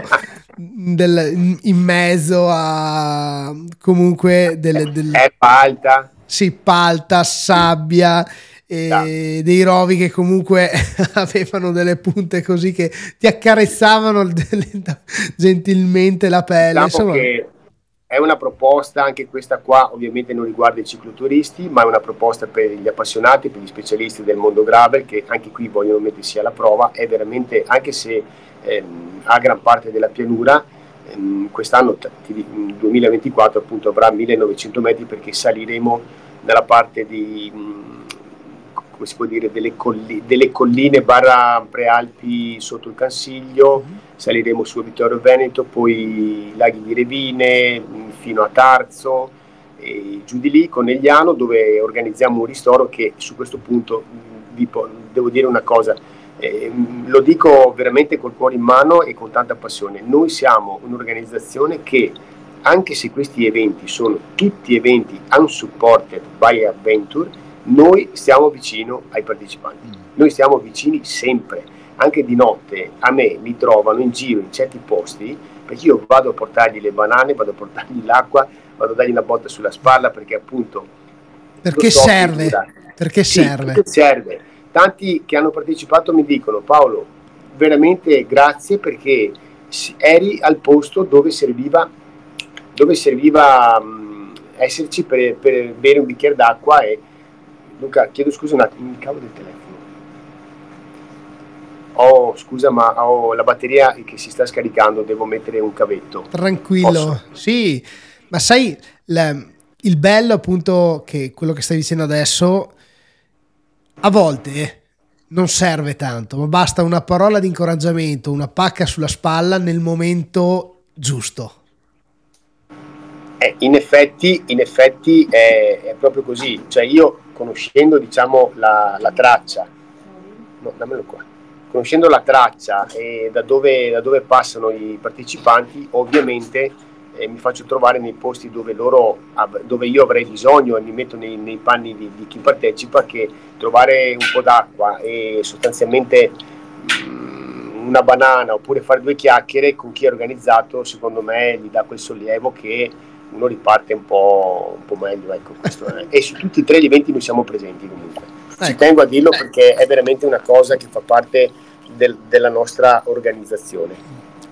C: in mezzo a comunque
D: palta.
C: Sì, palta, sabbia, dei rovi che comunque avevano delle punte così che ti accarezzavano gentilmente la pelle.
D: Diciamo che è una proposta, anche questa qua ovviamente non riguarda i cicloturisti, ma è una proposta per gli appassionati, per gli specialisti del mondo gravel, che anche qui vogliono mettersi alla prova. È veramente, anche se ha gran parte della pianura, quest'anno 2024 appunto avrà 1900 metri, perché saliremo dalla parte di come si può dire, delle colline barra prealpi sotto il Cansiglio, saliremo su Vittorio Veneto, poi i laghi di Revine fino a Tarzo e giù di lì, Conegliano, dove organizziamo un ristoro che su questo punto devo dire una cosa, lo dico veramente col cuore in mano e con tanta passione. Noi siamo un'organizzazione che, anche se questi eventi sono tutti eventi unsupported by Adventure, noi stiamo vicino ai partecipanti, noi stiamo vicini sempre, anche di notte. A me mi trovano in giro in certi posti, perché io vado a portargli le banane, vado a portargli l'acqua, vado a dargli una botta sulla spalla, perché appunto
C: serve.
D: Serve. Tanti che hanno partecipato mi dicono: Paolo, veramente grazie, perché eri al posto dove serviva esserci per bere un bicchiere d'acqua. E Luca, chiedo scusa un attimo, il cavo del telefono. Scusa, ma ho la batteria che si sta scaricando, devo mettere un cavetto.
C: Tranquillo. Posso? Sì, ma sai, il bello appunto, che quello che stai dicendo adesso, a volte non serve tanto, ma basta una parola di incoraggiamento, una pacca sulla spalla nel momento giusto.
D: In effetti è proprio così. Cioè, io, conoscendo diciamo la traccia, dammelo qua, conoscendo la traccia e da dove passano i partecipanti, ovviamente mi faccio trovare nei posti dove io avrei bisogno, e mi metto nei panni di chi partecipa, che trovare un po' d'acqua e sostanzialmente una banana, oppure fare due chiacchiere con chi è organizzato, secondo me gli dà quel sollievo che uno riparte un po' meglio, ecco. Questo è. E su tutti e tre gli eventi noi siamo presenti comunque. Ci tengo a dirlo, perché è veramente una cosa che fa parte della nostra organizzazione.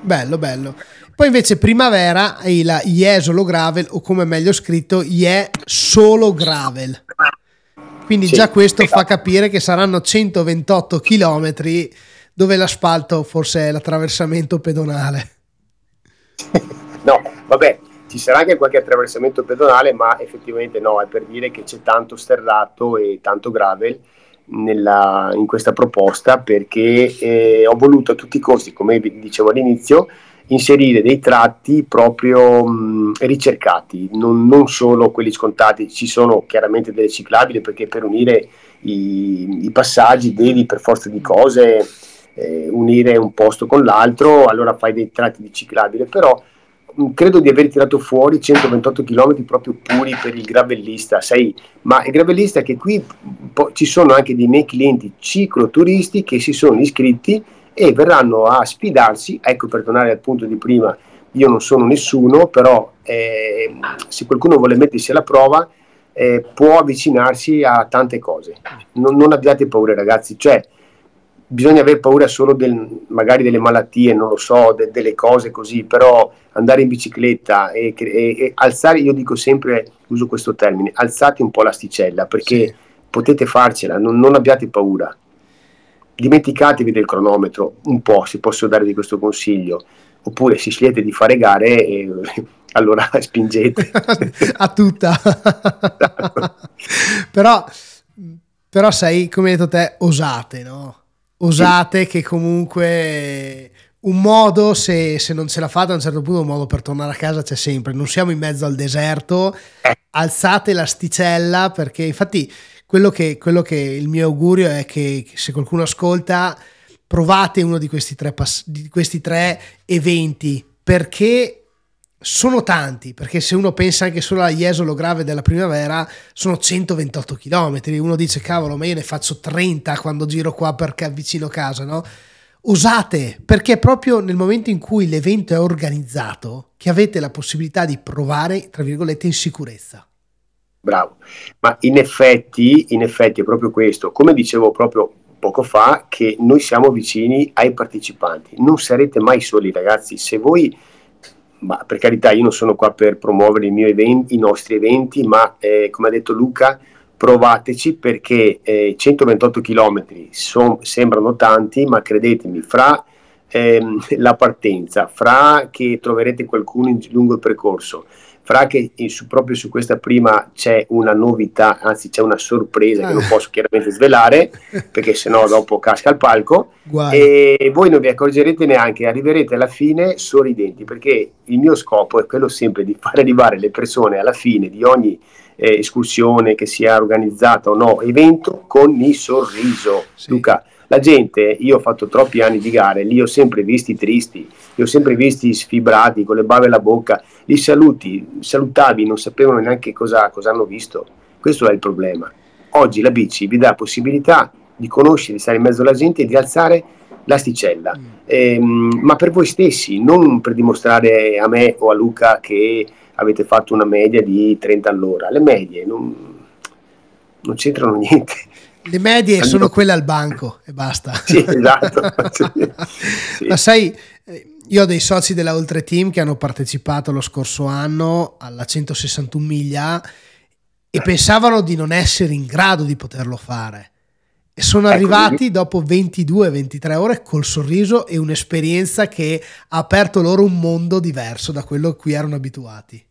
C: Bello, bello. Poi invece primavera hai la IE Solo Gravel, o come è meglio scritto IE Solo Gravel. Quindi
D: Sì,
C: già questo fa
D: esatto.
C: capire che saranno 128 chilometri dove l'asfalto forse è l'attraversamento pedonale.
D: No, vabbè, ci sarà anche qualche attraversamento pedonale, ma effettivamente no, è per dire che c'è tanto sterrato e tanto gravel in questa proposta, perché ho voluto a tutti i costi, come vi dicevo all'inizio, inserire dei tratti proprio ricercati, non solo quelli scontati. Ci sono chiaramente delle ciclabili, perché per unire i passaggi devi per forza di cose unire un posto con l'altro, allora fai dei tratti di ciclabile, però credo di aver tirato fuori 128 km proprio puri per il gravellista, sai, ma il gravellista che qui ci sono anche dei miei clienti cicloturisti che si sono iscritti e verranno a sfidarsi. Ecco, per tornare al punto di prima, io non sono nessuno, però se qualcuno vuole mettersi alla prova può avvicinarsi a tante cose. Non abbiate paura, ragazzi, cioè bisogna aver paura solo magari delle malattie, non lo so, delle cose così, però andare in bicicletta e alzare, io dico sempre, uso questo termine, alzate un po' l'asticella, perché
C: Sì.
D: potete farcela, non abbiate paura. Dimenticatevi del cronometro un po', se posso darvi questo consiglio, oppure se scegliete di fare gare, allora spingete.
C: A tutta. però, però sai, come hai detto te, osate, no? Osate, che comunque un modo, se non ce la fate a un certo punto, un modo per tornare a casa c'è sempre. Non siamo in mezzo al deserto, alzate l'asticella, perché infatti quello che il mio augurio è che se qualcuno ascolta, provate uno di questi tre eventi, perché sono tanti, perché se uno pensa anche solo alla Jesolo Grave della primavera sono 128 chilometri, uno dice cavolo, ma io ne faccio 30 quando giro qua perché vicino casa, no? Osate, perché è proprio nel momento in cui l'evento è organizzato che avete la possibilità di provare, tra virgolette, in sicurezza.
D: Bravo, ma in effetti è proprio questo, come dicevo proprio poco fa, che noi siamo vicini ai partecipanti, non sarete mai soli, ragazzi. Se voi, ma per carità, io non sono qua per promuovere i nostri eventi, ma come ha detto Luca, provateci, perché 128 km sembrano tanti, ma credetemi, fra la partenza, fra che troverete qualcuno lungo il percorso, fra che proprio su questa prima c'è una novità, anzi c'è una sorpresa che non posso chiaramente svelare, perché sennò dopo casca il palco.
C: Guai.
D: E voi non vi accorgerete neanche, arriverete alla fine sorridenti, perché il mio scopo è quello sempre di far arrivare le persone alla fine di ogni escursione, che sia organizzata o no, evento, con il sorriso.
C: Sì.
D: Luca, la gente, io ho fatto troppi anni di gare, li ho sempre visti tristi, li ho sempre visti sfibrati, con le bave alla bocca, li salutavi, non sapevano neanche cosa hanno visto. Questo è il problema. Oggi la bici vi dà la possibilità di conoscere, di stare in mezzo alla gente e di alzare l'asticella, ma per voi stessi, non per dimostrare a me o a Luca che avete fatto una media di 30 all'ora. Le medie non c'entrano niente.
C: Le medie sono quelle al banco e basta.
D: Sì, esatto. Sì.
C: Ma sai, io ho dei soci della Oltre Team che hanno partecipato lo scorso anno alla 161 miglia e pensavano di non essere in grado di poterlo fare. E sono arrivati dopo 22-23 ore col sorriso e un'esperienza che ha aperto loro un mondo diverso da quello a cui erano abituati.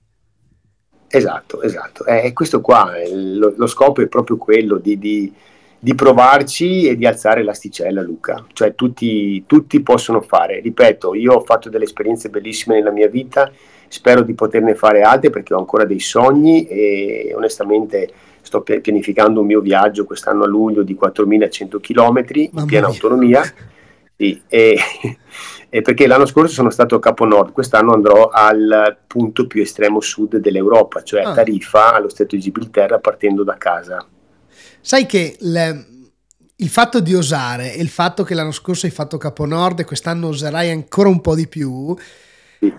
D: Esatto. Questo qua, lo scopo è proprio quello di provarci e di alzare l'asticella, Luca. Cioè tutti possono fare. Ripeto, io ho fatto delle esperienze bellissime nella mia vita, spero di poterne fare altre, perché ho ancora dei sogni e onestamente sto pianificando un mio viaggio quest'anno a luglio di 4.100 km in piena autonomia. Sì, e perché l'anno scorso sono stato a Capo Nord, quest'anno andrò al punto più estremo sud dell'Europa, cioè a Tarifa, allo Stretto di Gibilterra, partendo da casa.
C: Sai che il fatto di osare e il fatto che l'anno scorso hai fatto Capo Nord e quest'anno oserai ancora un po' di più,
D: sì,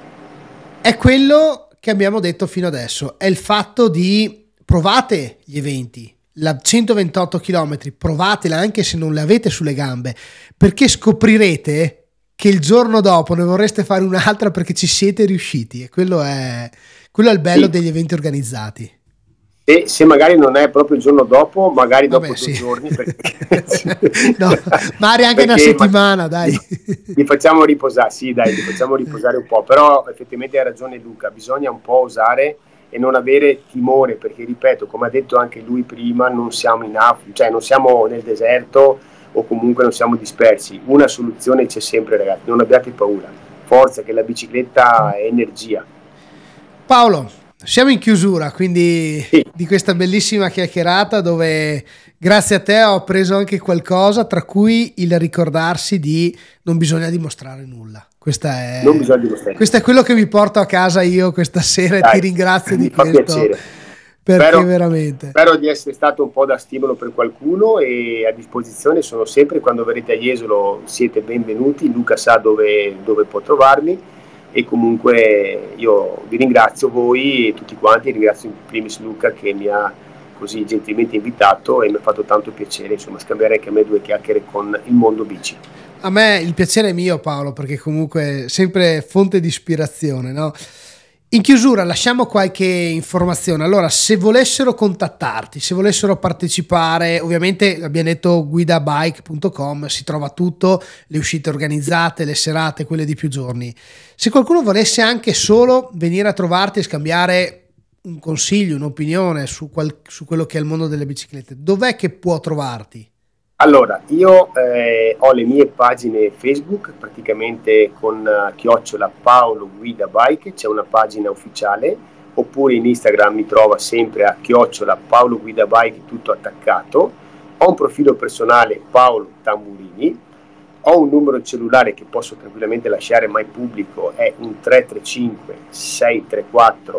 C: è quello che abbiamo detto fino adesso, è il fatto di provate gli eventi, la 128 km, provatela anche se non le avete sulle gambe, perché scoprirete che il giorno dopo ne vorreste fare un'altra perché ci siete riusciti, e quello è il bello degli eventi organizzati.
D: E se magari non è proprio il giorno dopo, magari dopo
C: Vabbè,
D: 2 giorni,
C: no, magari anche una settimana, dai.
D: Li facciamo riposare, sì, dai, li facciamo riposare un po', però effettivamente ha ragione Luca, bisogna un po' osare e non avere timore, perché ripeto, come ha detto anche lui prima, non siamo cioè non siamo nel deserto o comunque non siamo dispersi. Una soluzione c'è sempre, ragazzi, non abbiate paura, forza, che la bicicletta è energia.
C: Paolo, siamo in chiusura, quindi
D: Sì.
C: di questa bellissima chiacchierata dove grazie a te ho preso anche qualcosa, tra cui il ricordarsi di non bisogna dimostrare nulla.
D: Non bisogna dimostrare.
C: Questo è quello che mi porto a casa io questa sera,
D: Dai,
C: e ti ringrazio di
D: mi fa
C: questo.
D: piacere.
C: Perché veramente.
D: Spero di essere stato un po' da stimolo per qualcuno, e a disposizione sono sempre, quando verrete a Jesolo siete benvenuti, Luca sa dove può trovarmi, e comunque io vi ringrazio voi e tutti quanti, ringrazio in primis Luca che mi ha così gentilmente invitato, e mi ha fatto tanto piacere, insomma, scambiare anche a me 2 chiacchiere con il mondo bici.
C: A me il piacere è mio, Paolo, perché comunque è sempre fonte di ispirazione, no? In chiusura lasciamo qualche informazione. Allora, se volessero contattarti, se volessero partecipare, ovviamente abbiamo detto guidabike.com, si trova tutto, le uscite organizzate, le serate, quelle di più giorni. Se qualcuno volesse anche solo venire a trovarti e scambiare un consiglio, un'opinione su quello che è il mondo delle biciclette, dov'è che può trovarti?
D: Allora, io ho le mie pagine Facebook, praticamente con @ Paolo Guida Bike, c'è una pagina ufficiale, oppure in Instagram mi trova sempre a @ Paolo Guida Bike, tutto attaccato. Ho un profilo personale, Paolo Tamburini, ho un numero cellulare che posso tranquillamente lasciare, mai pubblico, è un 335 634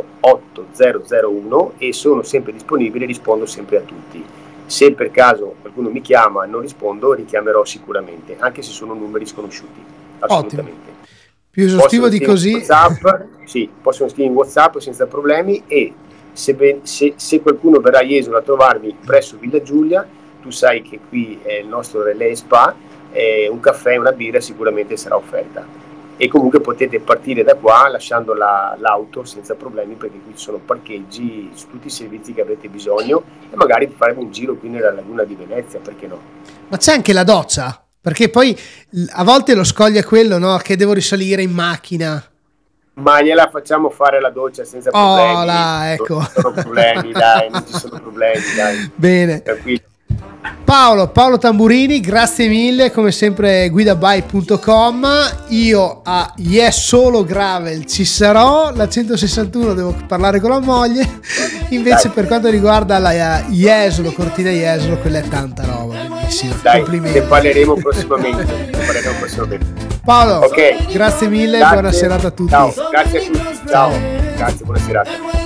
D: 8001, e sono sempre disponibile, rispondo sempre a tutti. Se per caso qualcuno mi chiama e non rispondo, richiamerò sicuramente, anche se sono numeri sconosciuti, assolutamente.
C: Ottimo. Più esaustivo di così.
D: Sì, possono scrivere in WhatsApp senza problemi, e se qualcuno verrà a Jesolo a trovarmi presso Villa Giulia, tu sai che qui è il nostro Relais Spa, un caffè, una birra sicuramente sarà offerta. E comunque potete partire da qua lasciando l'auto senza problemi, perché qui ci sono parcheggi su tutti i servizi che avrete bisogno, e magari fare un giro qui nella laguna di Venezia, perché no?
C: Ma c'è anche la doccia? Perché poi a volte lo scoglio è quello, no? Che devo risalire in macchina.
D: Ma gliela facciamo fare la doccia senza problemi.
C: Oh là, ecco.
D: Non ci sono problemi, dai, non ci sono problemi, dai.
C: Bene.
D: Tranquillo.
C: Paolo Tamburini, grazie mille, come sempre guidabike.com. Io a Jesolo Gravel ci sarò, la 161 devo parlare con la moglie, invece per quanto riguarda la Jesolo, Cortina Jesolo, quella è tanta roba, bellissima.
D: Dai,
C: complimenti.
D: ne parleremo prossimamente.
C: Paolo,
D: ok,
C: grazie mille,
D: grazie.
C: buona serata a tutti.
D: Ciao, grazie a tutti, ciao. Grazie, buona serata.